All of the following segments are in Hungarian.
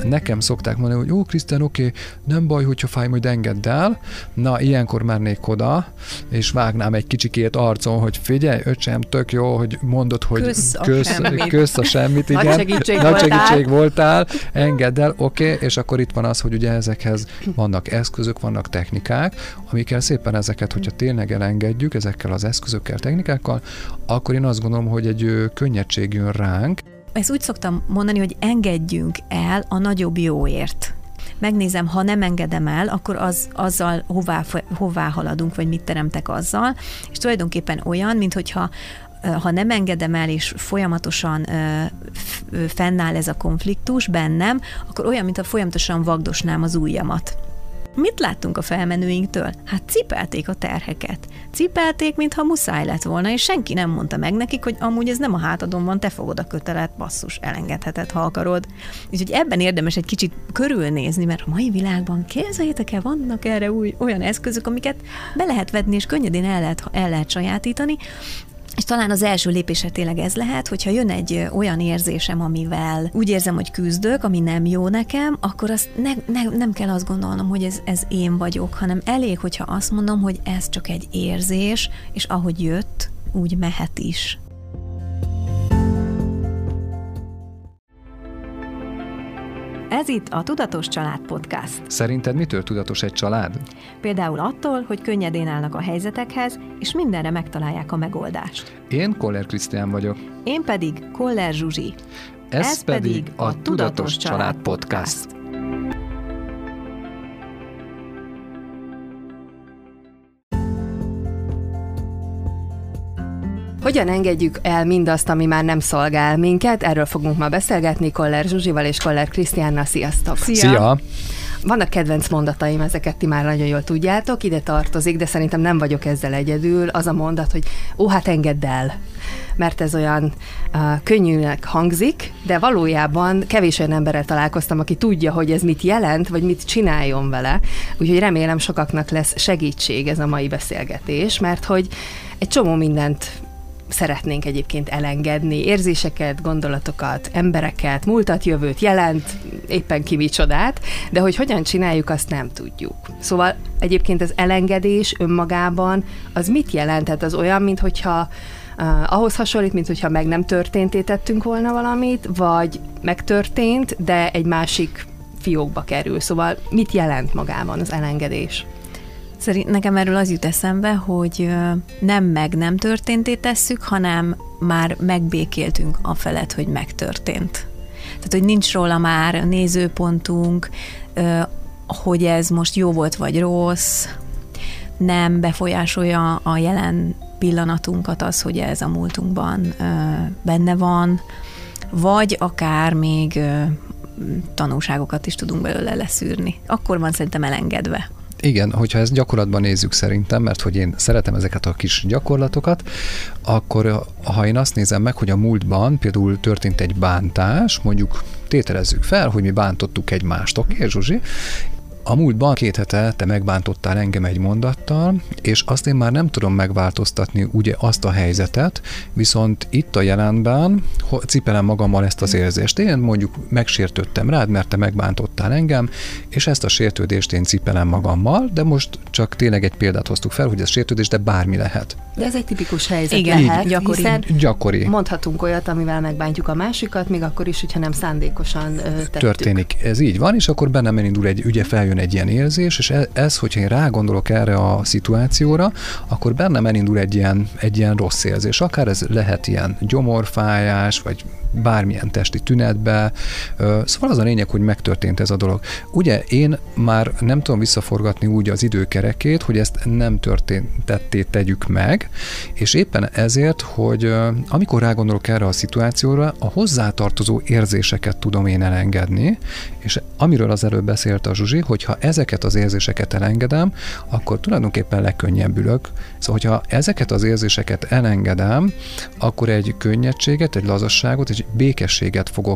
nekem szokták mondani, hogy ó, Krisztián, oké, nem baj, hogyha fáj, majd engedd el. Na, ilyenkor mennék oda, és vágnám egy kicsikét arcon, hogy figyelj, öcsém, tök jó, hogy mondod, hogy kösz a semmit, igen. Nagy segítség voltál, engedd el, oké, és akkor itt van az, hogy ugye ezekhez vannak eszközök, vannak technikák, amikkel szépen ezeket, hogyha tényleg elengedjük, ezekkel az eszközökkel, technikákkal, akkor én azt gondolom, hogy egy könnyedség jön ránk. Ezt úgy szoktam mondani, hogy engedjünk el a nagyobb jóért. Megnézem, ha nem engedem el, akkor azzal hová haladunk, vagy mit teremtek azzal, és tulajdonképpen olyan, minthogyha ha nem engedem el, és folyamatosan fennáll ez a konfliktus bennem, akkor olyan, mintha folyamatosan vagdosnám az ujjamat. Mit láttunk a felmenőinktől? Hát cipelték a terheket. Cipelték, mintha muszáj lett volna, és senki nem mondta meg nekik, hogy amúgy ez nem a hátadon van, te fogod a kötelet, basszus, elengedheted, ha akarod. Úgyhogy ebben érdemes egy kicsit körülnézni, mert a mai világban, képzeljétek el, vannak erre olyan eszközök, amiket be lehet vetni, és könnyedén el lehet sajátítani. És talán az első lépése tényleg ez lehet, hogyha jön egy olyan érzésem, amivel úgy érzem, hogy küzdök, ami nem jó nekem, akkor azt nem kell azt gondolnom, hogy ez én vagyok, hanem elég, hogyha azt mondom, hogy ez csak egy érzés, és ahogy jött, úgy mehet is. Ez itt a Tudatos Család Podcast. Szerinted mitől tudatos egy család? Például attól, hogy könnyedén állnak a helyzetekhez, és mindenre megtalálják a megoldást. Én Koller Krisztián vagyok. Én pedig Koller Zsuzsi. Ez pedig a Tudatos Család Podcast. Hogyan engedjük el mindazt, ami már nem szolgál minket? Erről fogunk ma beszélgetni Koller Zsuzsival és Koller Krisztiánnal. Sziasztok! Szia! Vannak kedvenc mondataim, ezeket ti már nagyon jól tudjátok, ide tartozik, de szerintem nem vagyok ezzel egyedül. Az a mondat, hogy hát engedd el. Mert ez olyan könnyűnek hangzik, de valójában kevés olyan emberrel találkoztam, aki tudja, hogy ez mit jelent, vagy mit csináljon vele. Úgyhogy remélem sokaknak lesz segítség ez a mai beszélgetés, mert hogy egy csomó mindent szeretnénk egyébként elengedni, érzéseket, gondolatokat, embereket, múltat, jövőt, jelent, éppen ki micsodát, de hogy hogyan csináljuk, azt nem tudjuk. Szóval egyébként az elengedés önmagában az mit jelent? Tehát az olyan, minthogyha ahhoz hasonlít, minthogyha meg nem történté tettünk volna valamit, vagy megtörtént, de egy másik fiókba kerül. Szóval mit jelent magában az elengedés? Nekem erről az jut eszembe, hogy nem történté tesszük, hanem már megbékéltünk afelett, hogy megtörtént. Tehát, hogy nincs róla már nézőpontunk, hogy ez most jó volt vagy rossz, nem befolyásolja a jelen pillanatunkat az, hogy ez a múltunkban benne van, vagy akár még tanulságokat is tudunk belőle leszűrni. Akkor van szerintem elengedve. Igen, hogyha ezt gyakorlatban nézzük szerintem, mert hogy én szeretem ezeket a kis gyakorlatokat, akkor ha én azt nézem meg, hogy a múltban például történt egy bántás, mondjuk tételezzük fel, hogy mi bántottuk egymást, oké, Zsuzsi? A múltban 2 hete te megbántottál engem egy mondattal, és azt én már nem tudom megváltoztatni ugye azt a helyzetet, viszont itt a jelenben cipelem magammal ezt az érzést. Én mondjuk megsértődtem rád, mert te megbántottál engem, és ezt a sértődést én cipelem magammal, de most csak tényleg egy példát hoztuk fel, hogy ez sértődés, de bármi lehet. De ez egy tipikus helyzet. Igen, lehet, gyakori. Mondhatunk olyat, amivel megbántjuk a másikat, még akkor is, hogyha nem szándékosan tettük. Történik. Ez így van, és akkor bennem elindul feljön egy ilyen érzés, és ez, hogyha én rágondolok erre a szituációra, akkor bennem elindul egy ilyen rossz érzés. Akár ez lehet ilyen gyomorfájás, vagy bármilyen testi tünetbe. Szóval az a lényeg, hogy megtörtént ez a dolog. Ugye én már nem tudom visszaforgatni úgy az időkerekét, hogy ezt nem történtetté tegyük meg, és éppen ezért, hogy amikor rágondolok erre a szituációra, a hozzátartozó érzéseket tudom én elengedni, és amiről az előbb beszélt a Zsuzsi, hogyha ezeket az érzéseket elengedem, akkor tulajdonképpen lekönnyebbülök. Szóval, hogyha ezeket az érzéseket elengedem, akkor egy könnyedséget, egy lazasságot, egy békességet fogok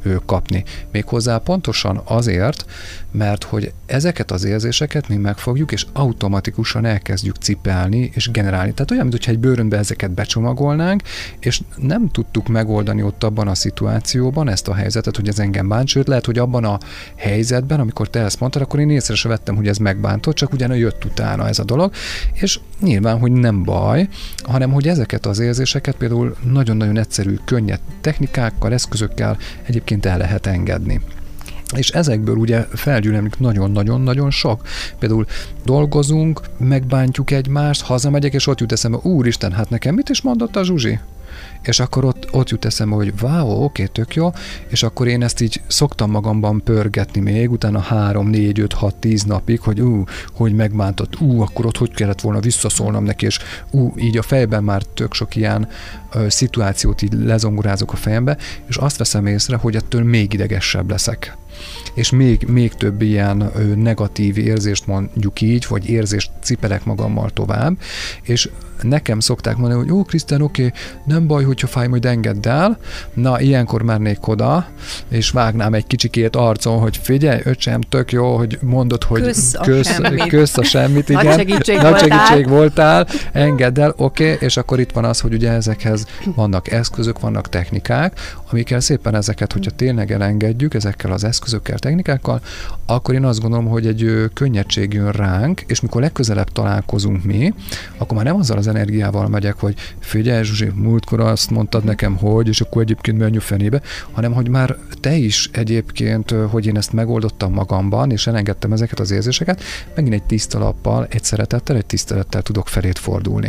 kapni. Méghozzá pontosan azért, mert hogy ezeket az érzéseket mi megfogjuk, és automatikusan elkezdjük cipelni és generálni. Tehát olyan, mintha egy bőrönbe ezeket becsomagolnánk, és nem tudtuk megoldani ott abban a szituációban ezt a helyzetet, hogy ez engem bánt, sőt lehet, hogy abban a helyzetben, amikor te ezt mondtad, akkor én észre sem vettem, hogy ez megbántott, csak ugyan jött utána ez a dolog, és nyilván, hogy nem baj, hanem hogy ezeket az érzéseket például nagyon-nagyon egyszerű, könnyed technikákkal, eszközökkel egyébként el lehet engedni. És ezekből ugye felgyűlömlik nagyon-nagyon-nagyon sok. Például dolgozunk, megbántjuk egymást, hazamegyek, és ott jut eszembe, úristen, hát nekem mit is mondott a Zsuzsi? És akkor ott jut eszembe, hogy wow, oké, tök jó, és akkor én ezt így szoktam magamban pörgetni még, utána 3, 4, 5, 6, 10 napig, hogy megbántott, akkor ott hogy kellett volna visszaszólnom neki, és így a fejben már tök sok ilyen szituációt így lezongorázok a fejembe, és azt veszem észre, hogy ettől még idegesebb leszek. És még több ilyen negatív érzést mondjuk így, vagy érzést cipelek magammal tovább, és nekem szokták mondani, hogy Krisztián, oké, nem baj, hogyha fáj, majd engedd el. Na, ilyenkor mennék oda, és vágnám egy kicsikét arcon, hogy figyelj, öcsém, tök jó, hogy mondod, hogy kösz a semmit, igen. Nagy segítség voltál, engedd el, oké, és akkor itt van az, hogy ugye ezekhez vannak eszközök, vannak technikák, amikkel szépen ezeket, hogyha tényleg elengedjük, ezekkel az eszközökkel, technikákkal, akkor én azt gondolom, hogy egy könnyedség jön ránk, és mikor legközelebb találkozunk mi, akkor már nem azzal az energiával megyek, hogy figyelj, Zsuzsi, múltkor azt mondtad nekem, hogy, és akkor egyébként menj a fenébe, hanem hogy már te is egyébként, hogy én ezt megoldottam magamban, és elengedtem ezeket az érzéseket, megint egy tiszta lappal, egy szeretettel, egy tisztelettel tudok felét fordulni.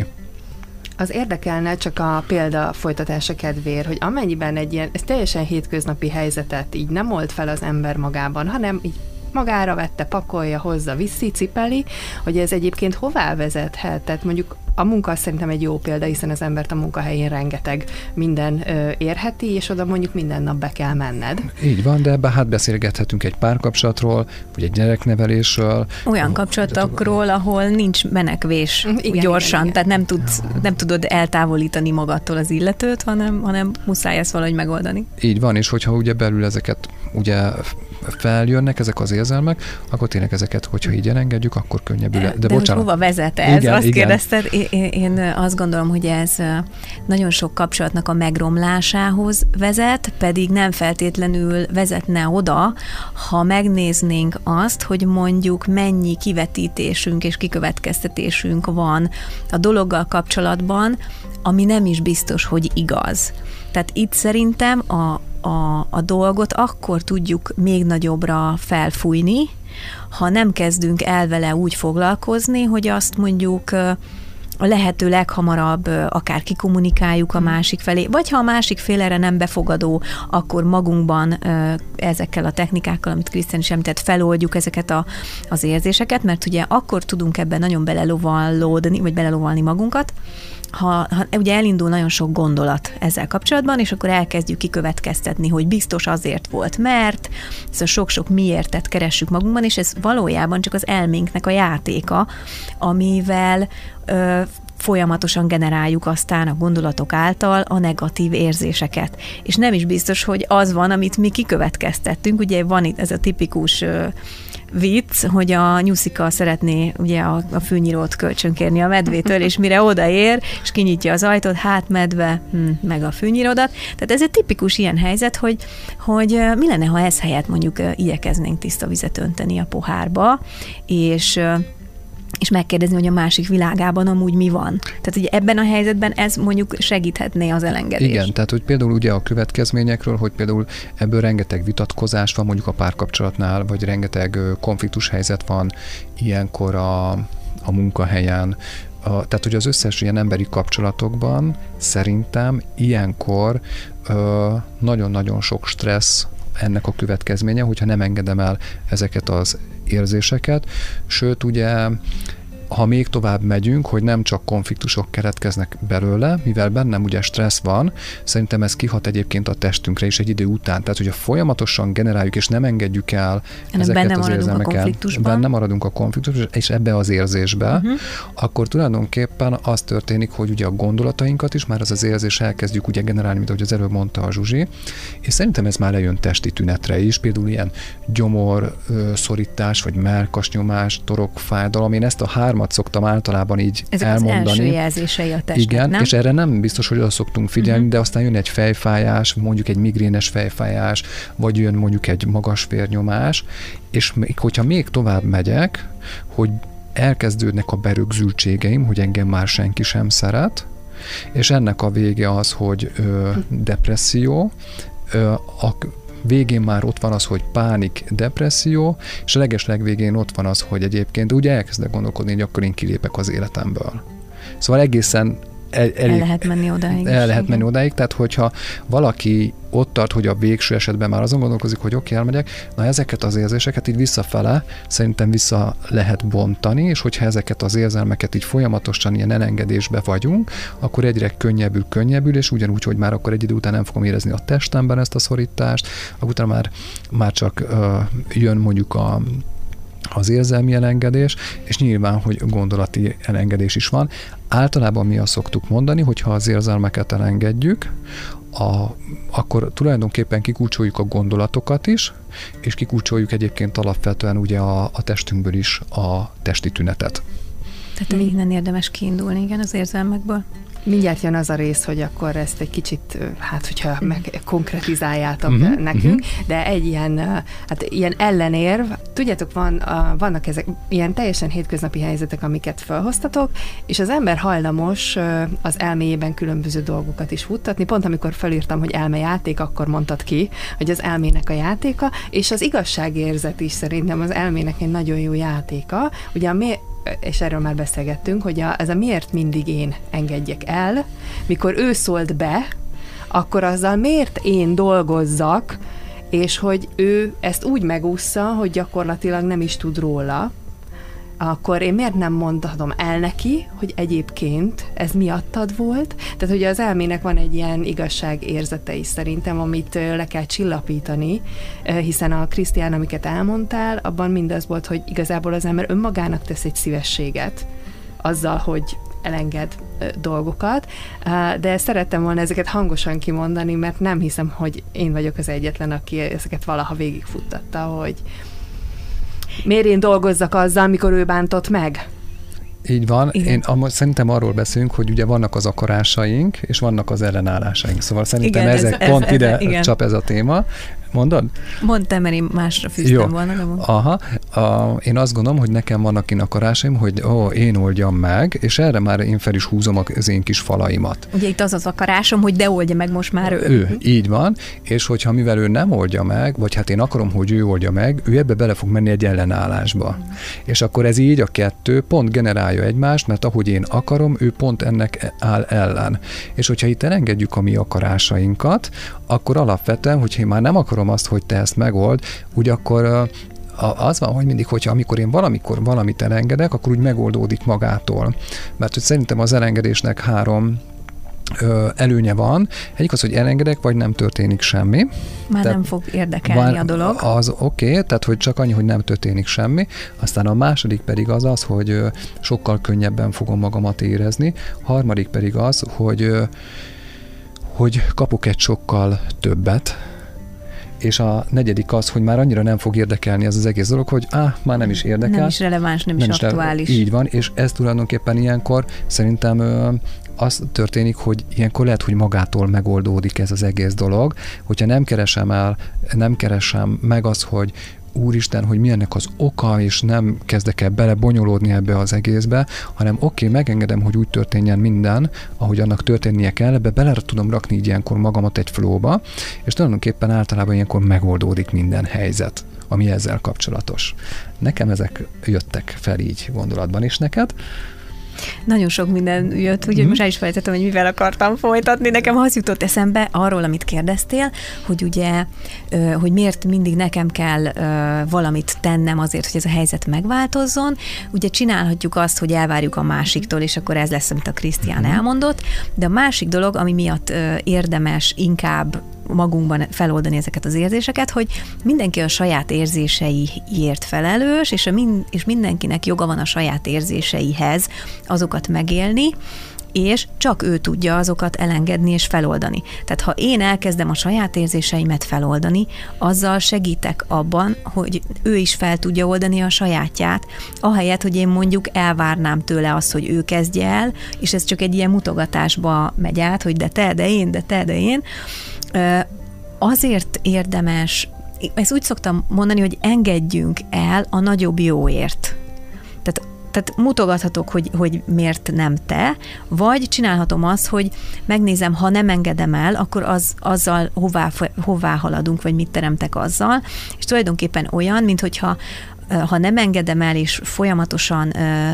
Az érdekelne csak a példa folytatása kedvéért, hogy amennyiben egy ilyen, ez teljesen hétköznapi helyzetet így nem old fel az ember magában, hanem így magára vette, pakolja, hozza, viszi, cipeli, hogy ez egyébként hová vezethet? Tehát mondjuk a munka szerintem egy jó példa, hiszen az embert a munkahelyén rengeteg minden érheti, és oda mondjuk minden nap be kell menned. Így van, de ebben hát beszélgethetünk egy párkapcsolatról, vagy egy gyereknevelésről. Olyan kapcsolatokról, ahol nincs menekvés gyorsan, igen. Tehát nem tudod eltávolítani magadtól az illetőt, hanem muszáj ezt valahogy megoldani. Így van, és hogyha ugye belül ezeket ugye feljönnek ezek az érzelmek, akkor tényleg ezeket, hogyha így elengedjük, akkor könnyebbül. De bocsánat. Hogy hova vezet ez? Igen, azt igen. Kérdezted, én azt gondolom, hogy ez nagyon sok kapcsolatnak a megromlásához vezet, pedig nem feltétlenül vezetne oda, ha megnéznénk azt, hogy mondjuk mennyi kivetítésünk és kikövetkeztetésünk van a dologgal kapcsolatban, ami nem is biztos, hogy igaz. Tehát itt szerintem a dolgot akkor tudjuk még nagyobbra felfújni, ha nem kezdünk el vele úgy foglalkozni, hogy azt mondjuk a lehető leghamarabb akár kikommunikáljuk a másik felé, vagy ha a másik fél erre nem befogadó, akkor magunkban ezekkel a technikákkal, amit Krisztián is említett, feloldjuk ezeket az érzéseket, mert ugye akkor tudunk ebben nagyon belelovallódni, vagy belelovalni magunkat, ha ugye elindul nagyon sok gondolat ezzel kapcsolatban, és akkor elkezdjük kikövetkeztetni, hogy biztos azért volt, mert ez a sok-sok miértet keressük magunkban, és ez valójában csak az elménknek a játéka, amivel folyamatosan generáljuk aztán a gondolatok által a negatív érzéseket. És nem is biztos, hogy az van, amit mi kikövetkeztettünk. Ugye van itt ez a tipikus vicc, hogy a nyuszika szeretné ugye a fűnyírót kölcsönkérni a medvétől, és mire odaér, és kinyitja az ajtót, hát medve, meg a fűnyíródat. Tehát ez egy tipikus ilyen helyzet, hogy mi lenne, ha ez helyett mondjuk igyekeznénk tiszta vizet önteni a pohárba, és megkérdezni, hogy a másik világában amúgy mi van. Tehát ugye ebben a helyzetben ez mondjuk segíthetné az elengedést. Igen, tehát hogy például ugye a következményekről, hogy például ebből rengeteg vitatkozás van mondjuk a párkapcsolatnál, vagy rengeteg konfliktus helyzet van ilyenkor a munkahelyen. Tehát, hogy az összes ilyen emberi kapcsolatokban szerintem ilyenkor nagyon-nagyon sok stressz ennek a következménye, hogyha nem engedem el ezeket az érzéseket. Sőt, ugye ha még tovább megyünk, hogy nem csak konfliktusok keletkeznek belőle, mivel bennem ugye stressz van, szerintem ez kihat egyébként a testünkre is egy idő után. Tehát, hogyha folyamatosan generáljuk és nem engedjük el ezeket az érzelmeket, benne maradunk a konfliktusban, és ebbe az érzésbe, akkor tulajdonképpen az történik, hogy ugye a gondolatainkat is már az érzés elkezdjük ugye generálni, mint ahogy az előbb mondta a Zsuzsi, és szerintem ez már lejön testi tünetre is, például ilyen gyomorszorítás, vagy mellkasnyomás, torokfájdalom. Én ezt a 3 szoktam általában így ezek elmondani. Ezek az első jelzései a testnek, igen, nem? És erre nem biztos, hogy oda szoktunk figyelni, de aztán jön egy fejfájás, mondjuk egy migrénes fejfájás, vagy jön mondjuk egy magas vérnyomás, és hogyha még tovább megyek, hogy elkezdődnek a berögzültségeim, hogy engem már senki sem szeret, és ennek a vége az, hogy depresszió, a végén már ott van az, hogy pánik, depresszió, és a legeslegvégén ott van az, hogy egyébként ugye elkezdek gondolkodni, hogy akkor én kilépek az életemből. Szóval egészen el lehet menni odáig. El lehet menni odáig, tehát hogyha valaki ott tart, hogy a végső esetben már azon gondolkozik, hogy oké, elmegyek, na ezeket az érzéseket így visszafele szerintem vissza lehet bontani, és hogyha ezeket az érzelmeket így folyamatosan ilyen elengedésbe vagyunk, akkor egyre könnyebbül, és ugyanúgy, hogy már akkor egy idő után nem fogom érezni a testemben ezt a szorítást, akkor utána már csak jön mondjuk az érzelmi elengedés, és nyilván, hogy gondolati elengedés is van. Általában mi azt szoktuk mondani, hogy ha az érzelmeket elengedjük, akkor tulajdonképpen kikulcsoljuk a gondolatokat is, és kikulcsoljuk egyébként alapvetően ugye a testünkből is a testi tünetet. Tehát innen érdemes kiindulni, igen, az érzelmekből. Mindjárt jön az a rész, hogy akkor ezt egy kicsit, hogyha konkretizáljátok nekünk, de egy ilyen ellenérv, tudjátok, vannak ezek ilyen teljesen hétköznapi helyzetek, amiket felhoztatok, és az ember hajlamos az elméjében különböző dolgokat is futtatni. Pont amikor felírtam, hogy elmejáték, akkor mondtad ki, hogy az elmének a játéka, és az igazságérzet is szerintem az elmének egy nagyon jó játéka. Ugye és erről már beszélgettünk, hogy ez a miért mindig én engedjek el, mikor ő szólt be, akkor azzal miért én dolgozzak, és hogy ő ezt úgy megúszza, hogy gyakorlatilag nem is tud róla, akkor én miért nem mondhatom el neki, hogy egyébként ez miattad volt? Tehát, hogy az elmének van egy ilyen igazságérzete is szerintem, amit le kell csillapítani, hiszen a Krisztián, amiket elmondtál, abban mindaz volt, hogy igazából az ember önmagának tesz egy szívességet azzal, hogy elenged dolgokat, de szerettem volna ezeket hangosan kimondani, mert nem hiszem, hogy én vagyok az egyetlen, aki ezeket valaha végigfuttatta, hogy miért én dolgozzak azzal, mikor ő bántott meg? Így van. Szerintem arról beszélünk, hogy ugye vannak az akarásaink, és vannak az ellenállásaink. Szóval szerintem pont ide csap ez a téma. Mondod? Mondtam, mert én másra fűztem volna. Én azt gondolom, hogy nekem vannak én akarásaim, hogy én oldjam meg, és erre már én fel is húzom az én kis falaimat. Ugye itt az akarásom, hogy de oldja meg most már ő. Így van, és hogyha mivel ő nem oldja meg, vagy hát én akarom, hogy ő oldja meg, ő ebbe bele fog menni egy ellenállásba. És akkor ez így a kettő pont generálja egymást, mert ahogy én akarom, ő pont ennek áll ellen. És hogyha itt elengedjük a mi akarásainkat, akkor alapvetően, hogyha én már nem akarom azt, hogy te ezt megold, úgy akkor az van, hogy mindig, hogyha amikor én valamit elengedek, akkor úgy megoldódik magától. Mert hogy szerintem az elengedésnek 3 előnye van. Egyik az, hogy elengedek, vagy nem történik semmi. Már tehát nem fog érdekelni a dolog. Az oké, tehát hogy csak annyi, hogy nem történik semmi. Aztán a második pedig az, hogy sokkal könnyebben fogom magamat érezni. Harmadik pedig az, hogy kapok egy sokkal többet, és a negyedik az, hogy már annyira nem fog érdekelni az egész dolog, hogy már nem is érdekel. Nem is releváns, nem is aktuális. Így van, és ez tulajdonképpen ilyenkor szerintem az történik, hogy ilyenkor lehet, hogy magától megoldódik ez az egész dolog, hogyha nem keresem meg az, hogy úristen, hogy mi ennek az oka, és nem kezdek el belebonyolódni ebbe az egészbe, hanem megengedem, hogy úgy történjen minden, ahogy annak történnie kell, ebbe bele tudom rakni így ilyenkor magamat egy flowba, és tulajdonképpen általában ilyenkor megoldódik minden helyzet, ami ezzel kapcsolatos. Nekem ezek jöttek fel így gondolatban is neked. Nagyon sok minden jött, úgyhogy most el is felejtettem, hogy mivel akartam folytatni. Nekem az jutott eszembe arról, amit kérdeztél, hogy ugye, hogy miért mindig nekem kell valamit tennem azért, hogy ez a helyzet megváltozzon. Ugye csinálhatjuk azt, hogy elvárjuk a másiktól, és akkor ez lesz, amit a Krisztián elmondott, de a másik dolog, ami miatt érdemes inkább magunkban feloldani ezeket az érzéseket, hogy mindenki a saját érzéseiért felelős, és mindenkinek joga van a saját érzéseihez azokat megélni, és csak ő tudja azokat elengedni és feloldani. Tehát ha én elkezdem a saját érzéseimet feloldani, azzal segítek abban, hogy ő is fel tudja oldani a sajátját, ahelyett, hogy én mondjuk elvárnám tőle azt, hogy ő kezdje el, és ez csak egy ilyen mutogatásba megy át, hogy de te, de én, de te, de én. Azért érdemes, ezt úgy szoktam mondani, hogy engedjünk el a nagyobb jóért. Tehát mutogathatok, hogy miért nem te, vagy csinálhatom azt, hogy megnézem, ha nem engedem el, akkor azzal hová haladunk, vagy mit teremtek azzal, és tulajdonképpen olyan, mint hogyha ha nem engedem el, és folyamatosan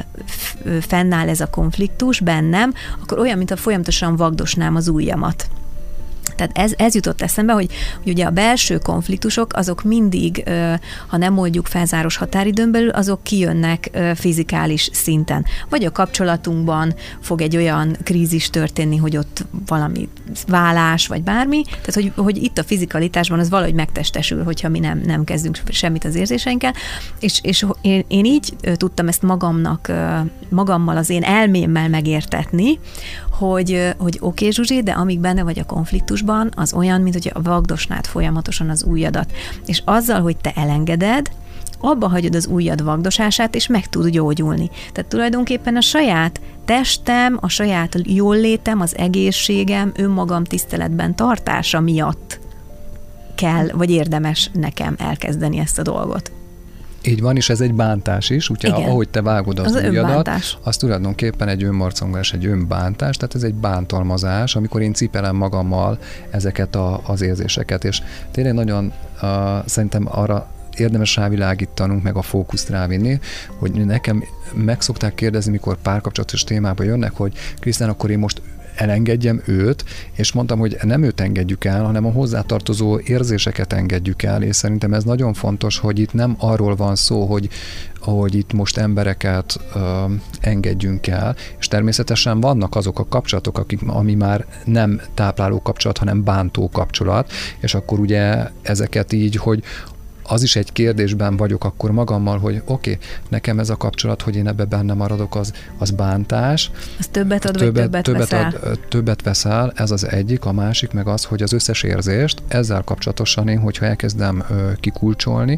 fennáll ez a konfliktus bennem, akkor olyan, mintha folyamatosan vagdosnám az ujjamat. Tehát ez jutott eszembe, hogy ugye a belső konfliktusok, azok mindig, ha nem oldjuk fel záros határidőn belül, azok kijönnek fizikális szinten. Vagy a kapcsolatunkban fog egy olyan krízis történni, hogy ott valami válás, vagy bármi. Tehát, hogy itt a fizikalitásban az valahogy megtestesül, hogyha mi nem kezdünk semmit az érzéseinkkel. És én így tudtam ezt magammal, az én elmémmel megértetni, hogy oké, Zsuzsi, de amíg benne vagy a konfliktusban, az olyan, mint hogy vagdosnád folyamatosan az ujjadat. És azzal, hogy te elengeded, abba hagyod az ujjad vagdosását, és meg tud gyógyulni. Tehát tulajdonképpen a saját testem, a saját jóllétem, az egészségem, önmagam tiszteletben tartása miatt kell, vagy érdemes nekem elkezdeni ezt a dolgot. Így van, és ez egy bántás is, úgyhogy ahogy te vágod az ujjadat, az tulajdonképpen egy önmarcongás, egy önbántás, tehát ez egy bántalmazás, amikor én cipelem magammal ezeket az érzéseket, és tényleg nagyon szerintem arra érdemes rávilágítanunk, meg a fókuszt rávinni, hogy nekem meg szokták kérdezni, mikor párkapcsolatos témába jönnek, hogy Krisztián, akkor én most elengedjem őt, és mondtam, hogy nem őt engedjük el, hanem a hozzátartozó érzéseket engedjük el, és szerintem ez nagyon fontos, hogy itt nem arról van szó, hogy itt most embereket engedjünk el, és természetesen vannak azok a kapcsolatok, ami már nem tápláló kapcsolat, hanem bántó kapcsolat, és akkor ugye ezeket így, hogy az is egy kérdésben vagyok akkor magammal, hogy oké, nekem ez a kapcsolat, hogy én ebbe benne maradok, az bántás. Az többet ad, vagy többet veszel? Többet veszel, ez az egyik, a másik meg az, hogy az összes érzést ezzel kapcsolatosan én, hogyha elkezdem kikulcsolni,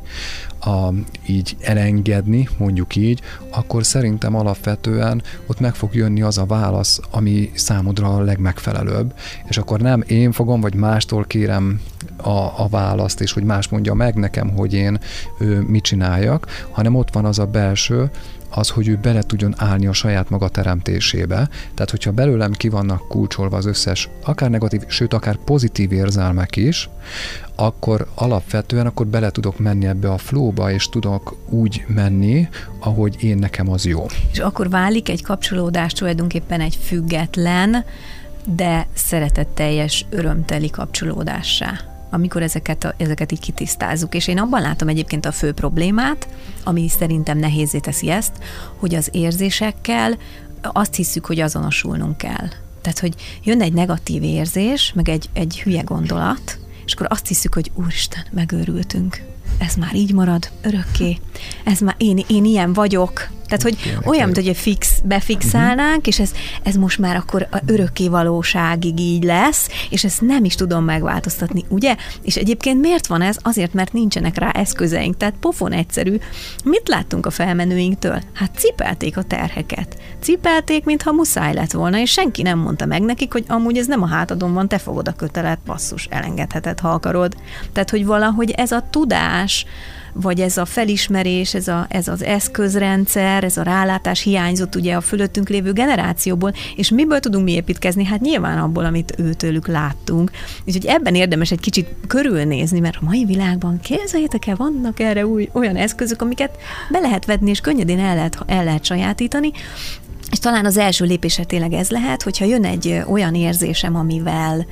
így elengedni, mondjuk így, akkor szerintem alapvetően ott meg fog jönni az a válasz, ami számodra a legmegfelelőbb, és akkor nem én fogom, vagy mástól kérem a választ, és hogy más mondja meg nekem, hogy én mit csináljak, hanem ott van az a belső, az, hogy ő bele tudjon állni a saját maga teremtésébe. Tehát, hogyha belőlem ki vannak kulcsolva az összes, akár negatív, sőt, akár pozitív érzelmek is, akkor alapvetően akkor bele tudok menni ebbe a flowba, és tudok úgy menni, ahogy én nekem az jó. És akkor válik egy kapcsolódás tulajdonképpen egy független, de szeretetteljes, örömteli kapcsolódássá, amikor ezeket így kitisztázzuk. És én abban látom egyébként a fő problémát, ami szerintem nehézzé teszi ezt, hogy az érzésekkel azt hiszük, hogy azonosulnunk kell. Tehát, hogy jön egy negatív érzés, meg egy hülye gondolat, és akkor azt hiszük, hogy úristen, megőrültünk. Ez már így marad örökké. Ez már én ilyen vagyok. Tehát, hogy olyan, mint hogy befixálnánk, és ez most már akkor örökké valóságig így lesz, és ezt nem is tudom megváltoztatni, ugye? És egyébként miért van ez? Azért, mert nincsenek rá eszközeink. Tehát pofon egyszerű. Mit láttunk a felmenőinktől? Hát cipelték a terheket. Cipelték, mintha muszáj lett volna, és senki nem mondta meg nekik, hogy amúgy ez nem a hátadon van, te fogod a kötelet, basszus, elengedheted, ha akarod. Tehát, hogy valahogy ez a tudás, vagy ez a felismerés, ez az eszközrendszer, ez a rálátás hiányzott ugye a fölöttünk lévő generációból, és miből tudunk mi építkezni? Hát nyilván abból, amit őtőlük láttunk. Úgyhogy ebben érdemes egy kicsit körülnézni, mert a mai világban képzeljétek el, vannak erre olyan eszközök, amiket be lehet vetni, és könnyedén el lehet sajátítani, És talán az első lépése tényleg ez lehet, hogyha jön egy olyan érzésem, amivel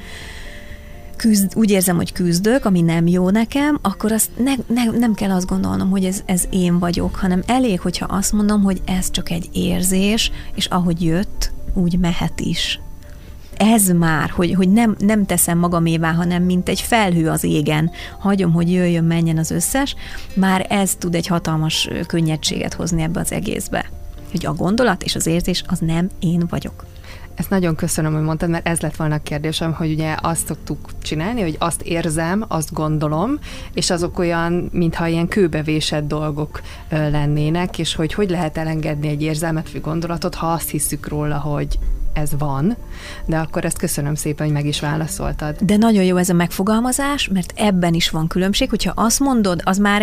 úgy érzem, hogy küzdök, ami nem jó nekem, akkor azt nem kell azt gondolnom, hogy ez én vagyok, hanem elég, hogyha azt mondom, hogy ez csak egy érzés, és ahogy jött, úgy mehet is. Ez már, hogy nem teszem magamévá, hanem mint egy felhő az égen, hagyom, hogy jöjjön, menjen az összes, már ez tud egy hatalmas könnyedséget hozni ebbe az egészbe. Hogy a gondolat és az érzés az nem én vagyok. Ezt nagyon köszönöm, hogy mondtad, mert ez lett volna a kérdésem, hogy ugye azt szoktuk csinálni, hogy azt érzem, azt gondolom, és azok olyan, mintha ilyen kőbevésett dolgok lennének, és hogy lehet elengedni egy érzelmet vagy gondolatot, ha azt hiszük róla, hogy ez van, de akkor ezt köszönöm szépen, hogy meg is válaszoltad. De nagyon jó ez a megfogalmazás, mert ebben is van különbség, hogyha azt mondod, az már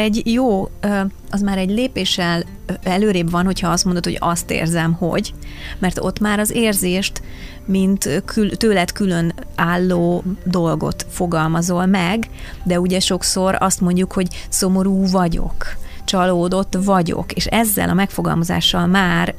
egy lépéssel előrébb van, hogyha azt mondod, hogy azt érzem, hogy, mert ott már az érzést, mint tőled külön álló dolgot fogalmazol meg, de ugye sokszor azt mondjuk, hogy szomorú vagyok, csalódott vagyok, és ezzel a megfogalmazással már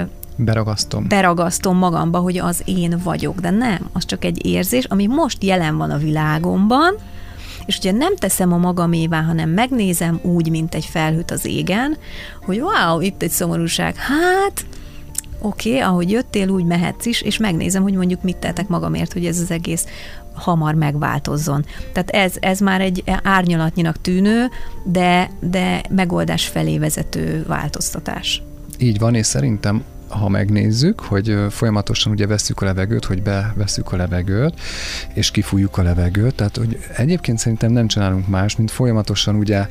beragasztom magamba, hogy az én vagyok, de nem, az csak egy érzés, ami most jelen van a világomban, és ugye nem teszem a magamévá, hanem megnézem úgy, mint egy felhőt az égen, hogy wow, itt egy szomorúság, hát oké, ahogy jöttél, úgy mehetsz is, és megnézem, hogy mondjuk mit tettek magamért, hogy ez az egész hamar megváltozzon. Tehát ez már egy árnyalatnyinak tűnő, de megoldás felé vezető változtatás. Így van, és szerintem ha megnézzük, hogy folyamatosan ugye vesszük a levegőt, hogy bevesszük a levegőt, és kifújjuk a levegőt, tehát hogy egyébként szerintem nem csinálunk más, mint folyamatosan ugye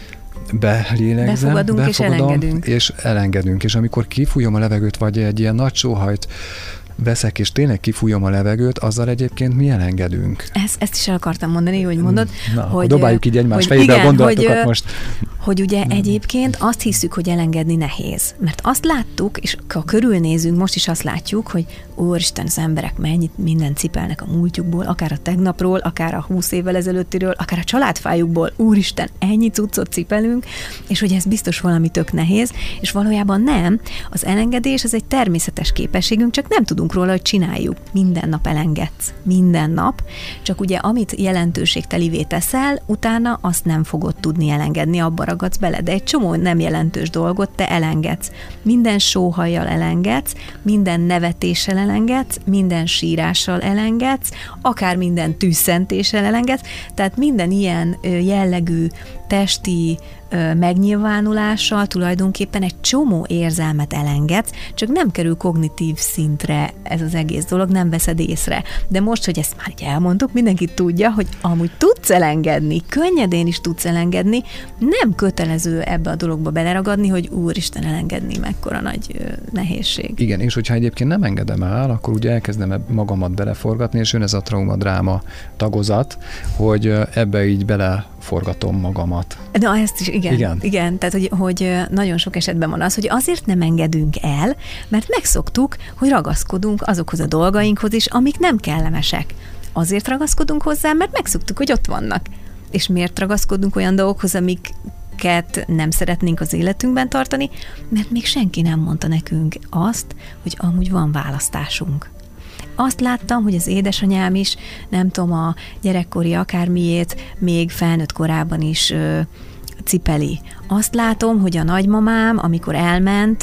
befogadom, és elengedünk. És amikor kifújom a levegőt, vagy egy ilyen nagy sóhajt veszek, és tényleg kifújom a levegőt, azzal egyébként mi elengedünk. Ezt is el akartam mondani, hogy mondod. Na, hogy dobáljuk így egymás fejébe a gondolatokat most. Hogy ugye egyébként azt hiszük, hogy elengedni nehéz. Mert azt láttuk, és ha körülnézünk, most is azt látjuk, hogy úristen, az emberek mennyit mindent cipelnek a múltjukból, akár a tegnapról, akár a 20 évvel ezelőttiről, akár a családfájukból, úristen, ennyi cuccot cipelünk, és hogy ez biztos valami tök nehéz, és valójában nem. Az elengedés az egy természetes képességünk, csak nem tudunk róla, hogy csináljuk. Minden nap elengedsz. Minden nap. Csak ugye, amit jelentőségtelivé teszel, utána azt nem fogod tudni elengedni, abba ragadsz bele. De egy csomó nem jelentős dolgot te elengedsz. Minden sóhajjal elengedsz, minden nevetéssel elengedsz, minden sírással elengedsz, akár minden tűzszentéssel elengedsz. Tehát minden ilyen jellegű testi megnyilvánulással tulajdonképpen egy csomó érzelmet elengedsz, csak nem kerül kognitív szintre ez az egész dolog, nem veszed észre. De most, hogy ezt már így elmondtuk, mindenki tudja, hogy amúgy tudsz elengedni, könnyedén is tudsz elengedni, nem kötelező ebbe a dologba beleragadni, hogy úristen, elengedni mekkora nagy nehézség. Igen, és hogyha egyébként nem engedem el, akkor ugye elkezdem magamat beleforgatni, és jön ez a trauma-dráma tagozat, hogy ebbe így beleforgatom magamat. Na, ezt is, igen. Tehát, hogy nagyon sok esetben van az, hogy azért nem engedünk el, mert megszoktuk, hogy ragaszkodunk azokhoz a dolgainkhoz is, amik nem kellemesek. Azért ragaszkodunk hozzá, mert megszoktuk, hogy ott vannak. És miért ragaszkodunk olyan dolgokhoz, amiket nem szeretnénk az életünkben tartani? Mert még senki nem mondta nekünk azt, hogy amúgy van választásunk. Azt láttam, hogy az édesanyám is, nem tudom, a gyerekkori akármiét még felnőtt korában is cipeli. Azt látom, hogy a nagymamám, amikor elment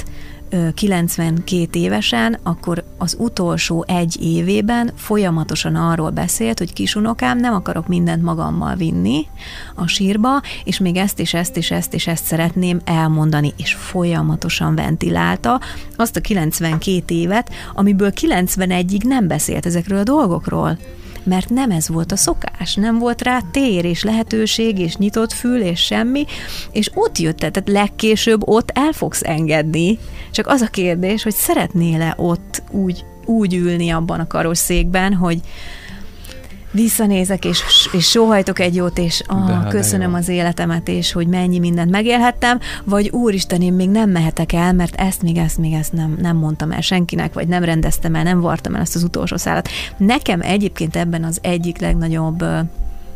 92 évesen, akkor az utolsó 1 évében folyamatosan arról beszélt, hogy kisunokám, nem akarok mindent magammal vinni a sírba, és még ezt és ezt és ezt és ezt szeretném elmondani, és folyamatosan ventilálta azt a 92 évet, amiből 91-ig nem beszélt ezekről a dolgokról. Mert nem ez volt a szokás, nem volt rá tér és lehetőség, és nyitott fül, és semmi, és ott jött, tehát legkésőbb ott el fogsz engedni. Csak az a kérdés, hogy szeretnél-e ott úgy ülni abban a karosszékben, hogy visszanézek, és sóhajtok egy jót, és köszönöm az életemet, és hogy mennyi mindent megélhettem, vagy úristen, én még nem mehetek el, mert ezt nem mondtam el senkinek, vagy nem rendeztem el, nem vartam el ezt az utolsó szálat. Nekem egyébként ebben az egyik legnagyobb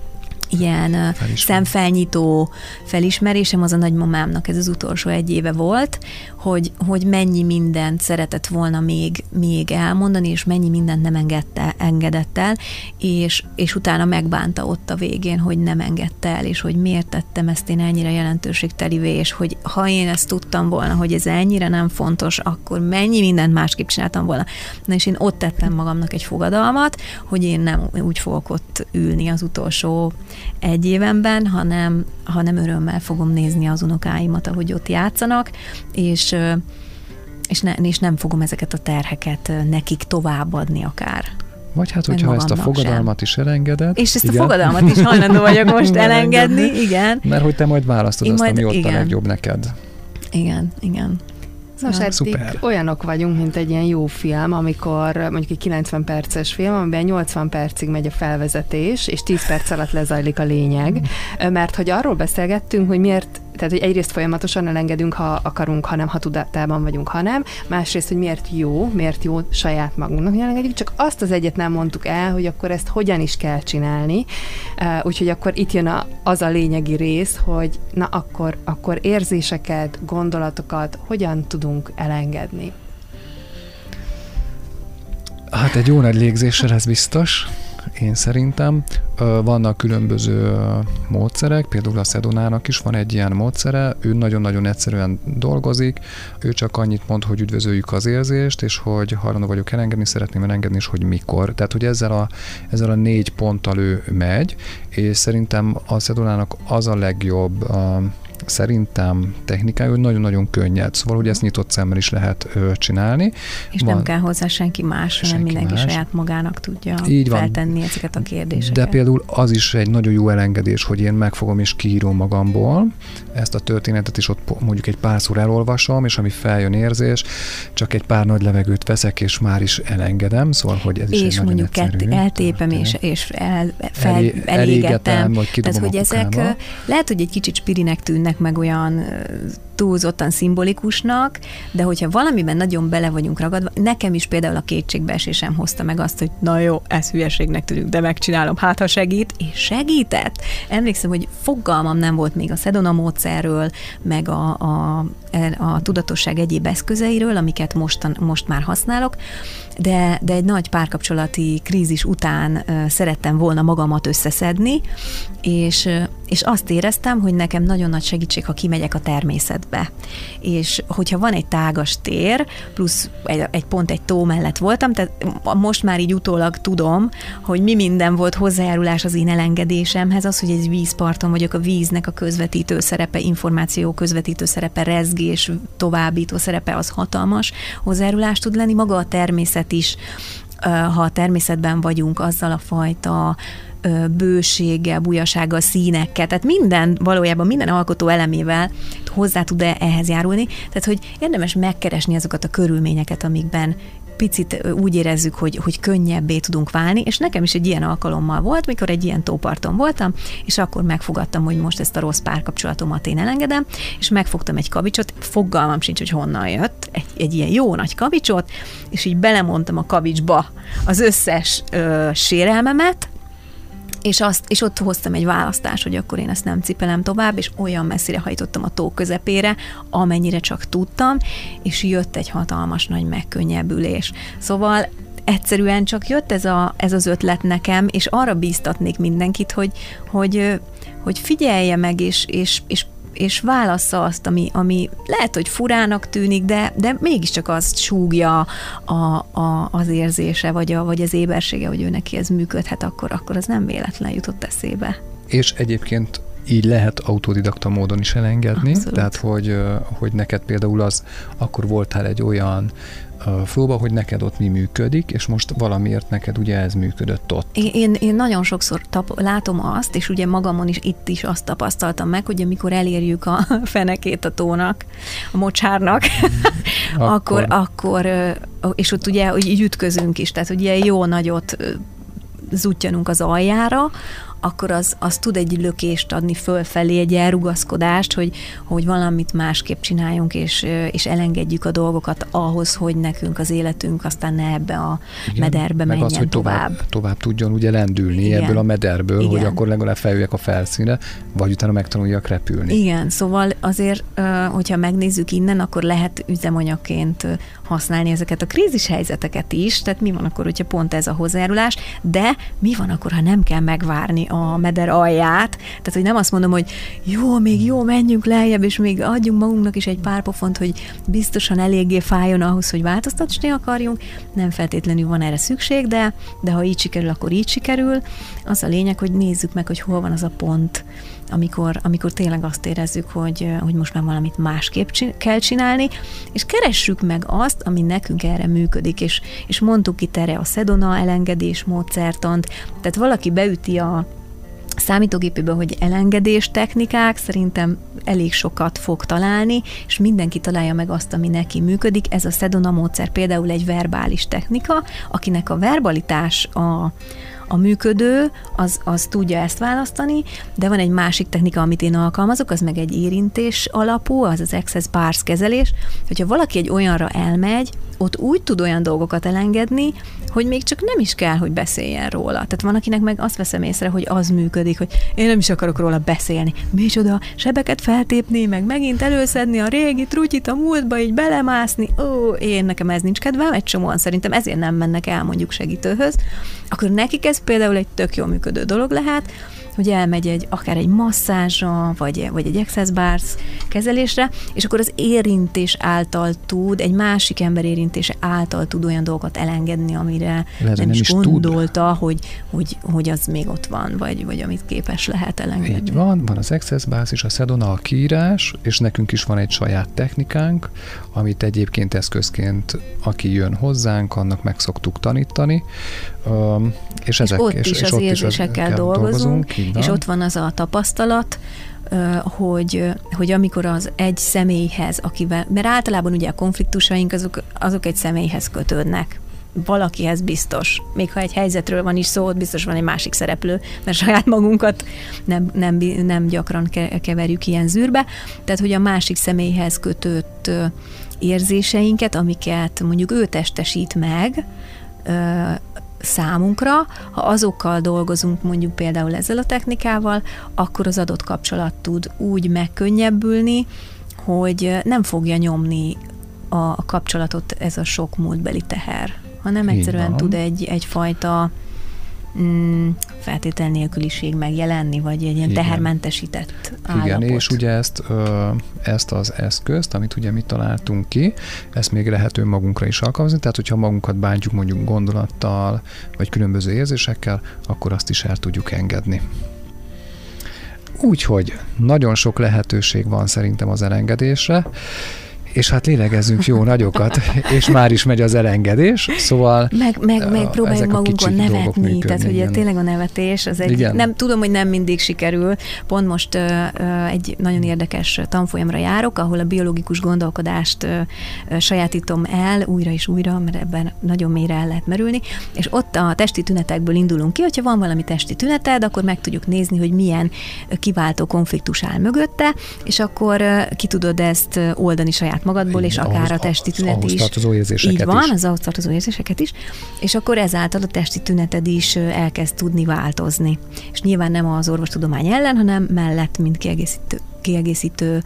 ilyen szemfelnyitó felismerésem az a nagymamámnak, ez az utolsó 1 éve volt, hogy mennyi mindent szeretett volna még elmondani, és mennyi mindent nem engedett el, és utána megbánta ott a végén, hogy nem engedte el, és hogy miért tettem ezt én ennyire jelentőségtelivé, és hogy ha én ezt tudtam volna, hogy ez ennyire nem fontos, akkor mennyi mindent másképp csináltam volna. Na és én ott tettem magamnak egy fogadalmat, hogy én nem úgy fogok ott ülni az utolsó 1 évemben, hanem örömmel fogom nézni az unokáimat, ahogy ott játszanak, és nem fogom ezeket a terheket nekik továbbadni akár. Vagy hát, hogyha ezt a fogadalmat is elengeded. És ezt a fogadalmat is hajlandó vagyok most elengedni, igen. Mert hogy te majd választod azt, ami ott a legjobb neked. Igen. Nos, eddig olyanok vagyunk, mint egy ilyen jó film, amikor mondjuk egy 90 perces film, amiben 80 percig megy a felvezetés, és 10 perc alatt lezajlik a lényeg. Mert hogy arról beszélgettünk, hogy miért, tehát hogy egyrészt folyamatosan elengedünk, ha akarunk, hanem ha tudatában vagyunk, ha nem. Másrészt, hogy miért jó saját magunknak, hogy elengedjük, csak azt az egyet nem mondtuk el, hogy akkor ezt hogyan is kell csinálni. Úgyhogy akkor itt jön az a lényegi rész, hogy na akkor érzéseket, gondolatokat hogyan tudunk elengedni. Hát egy jó nagy légzéssel, ez biztos. Én szerintem vannak különböző módszerek, például a Sedonának is van egy ilyen módszere, ő nagyon-nagyon egyszerűen dolgozik, ő csak annyit mond, hogy üdvözöljük az érzést, és hogy hajlandó vagyok elengedni, szeretném elengedni, és hogy mikor. Tehát, hogy ezzel a 4 ponttal ő megy, és szerintem a Sedonának az a legjobb szerintem technikája, hogy nagyon-nagyon könnyed. Szóval, hogy ezt nyitott szemmel is lehet csinálni. És nem kell hozzá senki más, hanem mindenki saját magának tudja feltenni ezeket a kérdéseket. De például az is egy nagyon jó elengedés, hogy én megfogom és kiírom magamból ezt a történetet, és ott mondjuk egy párszor elolvasom, és ami feljön érzés, csak egy pár nagy levegőt veszek, és már is elengedem. Szóval, hogy ez is és egy mondjuk eltépem, és elégetem. Tehát, hogy ezek lehet, hogy egy kicsit spirinek tűnnek, meg olyan túlzottan szimbolikusnak, de hogyha valamiben nagyon bele vagyunk ragadva, nekem is például a kétségbeesésem hozta meg azt, hogy na jó, ez hülyeségnek tűnik, de megcsinálom, hát ha segít, és segített. Emlékszem, hogy fogalmam nem volt még a Sedona módszerről, meg a tudatosság egyéb eszközeiről, amiket most már használok, de egy nagy párkapcsolati krízis után szerettem volna magamat összeszedni, és azt éreztem, hogy nekem nagyon nagy segítség, ha kimegyek a természetbe. És hogyha van egy tágas tér, plusz egy tó mellett voltam, tehát most már így utólag tudom, hogy mi minden volt hozzájárulás az én elengedésemhez, az, hogy egy vízparton vagyok, a víznek a közvetítő szerepe, információ közvetítő szerepe, rezgés továbbító szerepe, az hatalmas hozzájárulás tud lenni. Maga a természet is, ha a természetben vagyunk, azzal a fajta bőséggel, bujasággal, színekkel, tehát valójában minden alkotó elemével hozzá tud ehhez járulni, tehát hogy érdemes megkeresni azokat a körülményeket, amikben picit úgy érezzük, hogy könnyebbé tudunk válni, és nekem is egy ilyen alkalommal volt, mikor egy ilyen tóparton voltam, és akkor megfogadtam, hogy most ezt a rossz párkapcsolatomat én elengedem, és megfogtam egy kavicsot, fogalmam sincs, hogy honnan jött, egy ilyen jó nagy kavicsot, és így belemondtam a kavicsba az összes sérelmemet, és ott hoztam egy választást, hogy akkor én ezt nem cipelem tovább, és olyan messzire hajtottam a tó közepére, amennyire csak tudtam, és jött egy hatalmas nagy megkönnyebbülés. Szóval egyszerűen csak jött ez az ötlet nekem, és arra bíztatnék mindenkit, hogy figyelje meg, és válassza azt, ami lehet, hogy furának tűnik, de mégiscsak azt súgja az érzése, vagy az ébersége, hogy ő neki ez működhet, akkor az nem véletlen jutott eszébe. És egyébként így lehet autodidakta módon is elengedni, abszolút. Tehát hogy neked például akkor voltál egy olyan flóba, hogy neked ott mi működik, és most valamiért neked ugye ez működött ott. Én nagyon sokszor látom azt, és ugye magamon is itt is azt tapasztaltam meg, hogy amikor elérjük a fenekét a tónak, a mocsárnak, akkor és ott ugye így ütközünk is, tehát ugye jó nagyot zuttyanunk az aljára, akkor az tud egy lökést adni fölfelé, egy elrugaszkodást, hogy valamit másképp csináljunk, és elengedjük a dolgokat ahhoz, hogy nekünk az életünk aztán ne ebbe a mederbe menjen az, hogy tovább tudjon ugye lendülni ebből a mederből, hogy akkor legalább feljöjjek a felszínre, vagy utána megtanuljak repülni. Igen, szóval azért, hogyha megnézzük innen, akkor lehet üzemanyagként használni ezeket a krízis helyzeteket is, tehát mi van akkor, hogyha pont ez a hozzájárulás, de mi van akkor, ha nem kell megvárni a meder alját, tehát hogy nem azt mondom, hogy még menjünk lejjebb, és még adjunk magunknak is egy pár pofont, hogy biztosan eléggé fájjon ahhoz, hogy változtatni akarjunk, nem feltétlenül van erre szükség, de ha így sikerül, akkor így sikerül. Az a lényeg, hogy nézzük meg, hogy hol van az a pont, amikor tényleg azt érezzük, hogy most már valamit másképp kell csinálni, és keressük meg azt, ami nekünk erre működik, és mondtuk itt erre a Sedona elengedés módszertant, tehát valaki beüti a számítógépébe, hogy elengedés technikák, szerintem elég sokat fog találni, és mindenki találja meg azt, ami neki működik. Ez a Sedona módszer például egy verbális technika, akinek a verbalitás a működő, az tudja ezt választani, de van egy másik technika, amit én alkalmazok, az meg egy érintés alapú, az az access bars kezelés, hogyha valaki egy olyanra elmegy, ott úgy tud olyan dolgokat elengedni, hogy még csak nem is kell, hogy beszéljen róla. Tehát van, akinek meg azt veszem észre, hogy az működik, hogy én nem is akarok róla beszélni. Micsoda, sebeket feltépni, meg megint előszedni a régi trutyit a múltba, így belemászni. Nekem ez nincs kedvem, egy csomóan szerintem ezért nem mennek el mondjuk segítőhöz. Akkor nekik ez például egy tök jól működő dolog lehet, hogy elmegy akár egy masszázsra, vagy egy access bars kezelésre, és akkor az érintés által tud, egy másik ember érintése által tud olyan dolgokat elengedni, amire nem is gondolta, hogy az még ott van, vagy amit képes lehet elengedni. Így van az access bars és a Sedona a kiírás, és nekünk is van egy saját technikánk, amit egyébként eszközként, aki jön hozzánk, annak meg szoktuk tanítani, és ott is az érzésekkel dolgozunk, és ott van az a tapasztalat, hogy amikor az egy személyhez, akivel, mert általában ugye a konfliktusaink azok egy személyhez kötődnek. Valakihez biztos. Még ha egy helyzetről van is szó, ott biztos van egy másik szereplő, mert saját magunkat nem gyakran keverjük ilyen zűrbe. Tehát, hogy a másik személyhez kötött érzéseinket, amiket mondjuk ő testesít meg, számunkra, ha azokkal dolgozunk mondjuk például ezzel a technikával, akkor az adott kapcsolat tud úgy megkönnyebbülni, hogy nem fogja nyomni a kapcsolatot ez a sok múltbeli teher, hanem egyszerűen tud egyfajta feltétel nélküliség megjelenni, vagy egy ilyen tehermentesített állapot. Igen, és ugye ezt az eszközt, amit ugye mi találtunk ki, ezt még lehet önmagunkra is alkalmazni, tehát hogyha magunkat bántjuk mondjuk gondolattal, vagy különböző érzésekkel, akkor azt is el tudjuk engedni. Úgyhogy nagyon sok lehetőség van szerintem az elengedésre, és hát lélegezzünk jó nagyokat, és már is megy az elengedés, szóval meg próbáljuk magunkon nevetni, tehát hogy tényleg a nevetés, az nem tudom, hogy nem mindig sikerül. Pont most egy nagyon érdekes tanfolyamra járok, ahol a biológikus gondolkodást sajátítom el újra és újra, mert ebben nagyon mélyre el lehet merülni, és ott a testi tünetekből indulunk ki, hogyha van valami testi tüneted, akkor meg tudjuk nézni, hogy milyen kiváltó konfliktus áll mögötte, és akkor ki tudod ezt oldani saját magadból, és akár a testi tünet is. Tartozó érzéseket így van, is. az ahhoz tartozó érzéseket is, és akkor ezáltal a testi tüneted is elkezd tudni változni. És nyilván nem az orvostudomány ellen, hanem mellett, mint kiegészítő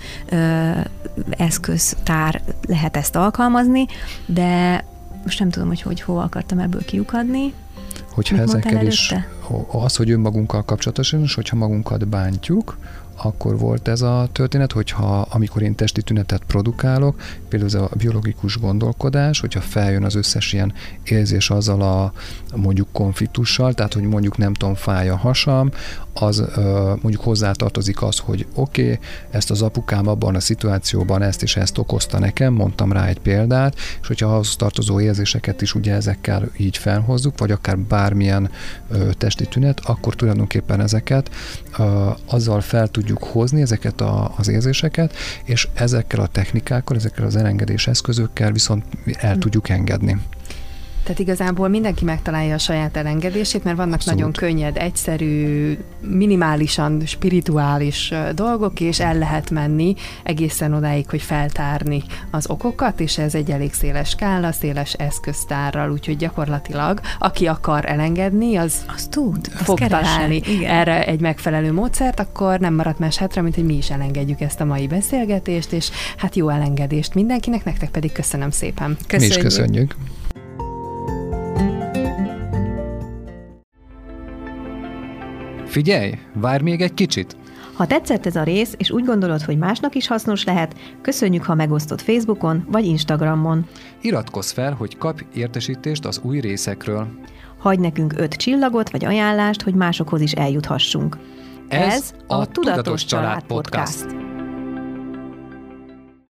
eszköztár lehet ezt alkalmazni, de most nem tudom, hogy hova akartam ebből kiukadni. Hogyha ezekkel is, az, hogy önmagunkkal kapcsolatosan, és hogyha magunkat bántjuk, akkor volt ez a történet, amikor én testi tünetet produkálok, például ez a biológikus gondolkodás, hogyha feljön az összes ilyen érzés azzal a mondjuk konfliktussal, tehát hogy mondjuk nem tudom, fáj a hasam, az mondjuk hozzátartozik az, hogy oké, ezt az apukám abban a szituációban ezt és ezt okozta nekem, mondtam rá egy példát, és hogyha ahhoz tartozó érzéseket is ugye ezekkel így felhozzuk, vagy akár bármilyen testi tünet, akkor tulajdonképpen ezeket azzal fel tudjuk hozni, ezeket az érzéseket, és ezekkel a technikákkal, ezekkel az elengedés eszközökkel viszont el tudjuk engedni. Tehát igazából mindenki megtalálja a saját elengedését, mert vannak Abszolút. nagyon könnyed, egyszerű, minimálisan spirituális dolgok, és el lehet menni egészen odáig, hogy feltárni az okokat, és ez egy elég széles skála, széles eszköztárral, úgyhogy gyakorlatilag aki akar elengedni, az tud, fog találni igen. erre egy megfelelő módszert, akkor nem maradt más hátra, mint hogy mi is elengedjük ezt a mai beszélgetést, és hát jó elengedést mindenkinek, nektek pedig köszönöm szépen. Mi is köszönjük. Figyelj, várj még egy kicsit! Ha tetszett ez a rész, és úgy gondolod, hogy másnak is hasznos lehet, köszönjük, ha megosztod Facebookon vagy Instagramon. Iratkozz fel, hogy kapj értesítést az új részekről. Hagyj nekünk 5 csillagot vagy ajánlást, hogy másokhoz is eljuthassunk. Ez a Tudatos Család Podcast.